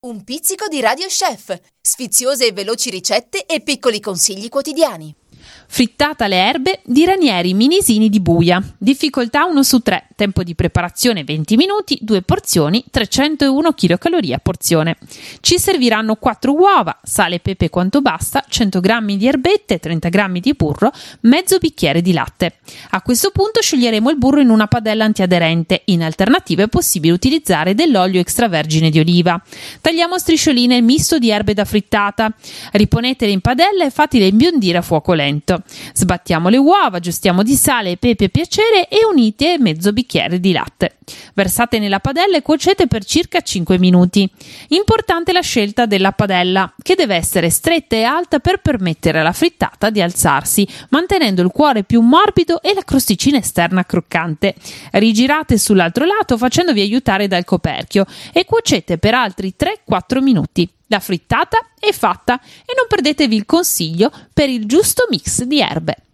Un pizzico di Radio Chef, sfiziose e veloci ricette e piccoli consigli quotidiani. Frittata alle erbe di Ranieri Minisini di Buia. Difficoltà 1 su 3. Tempo di preparazione 20 minuti, 2 porzioni, 301 kcal a porzione. Ci serviranno 4 uova, sale e pepe quanto basta, 100 g di erbette, 30 g di burro, mezzo bicchiere di latte. A questo punto scioglieremo il burro in una padella antiaderente. In alternativa è possibile utilizzare dell'olio extravergine di oliva. Tagliamo a striscioline il misto di erbe da frittata. Riponetele in padella e fatele imbiondire a fuoco lento. Sbattiamo le uova, aggiustiamo di sale e pepe a piacere e unite mezzo bicchiere di latte. Versate nella padella e cuocete per circa 5 minuti. Importante la scelta della padella, che deve essere stretta e alta per permettere alla frittata di alzarsi, mantenendo il cuore più morbido e la crosticina esterna croccante. Rigirate sull'altro lato facendovi aiutare dal coperchio e cuocete per altri 3-4 minuti. La frittata è fatta e non perdetevi il consiglio per il giusto mix di erbe.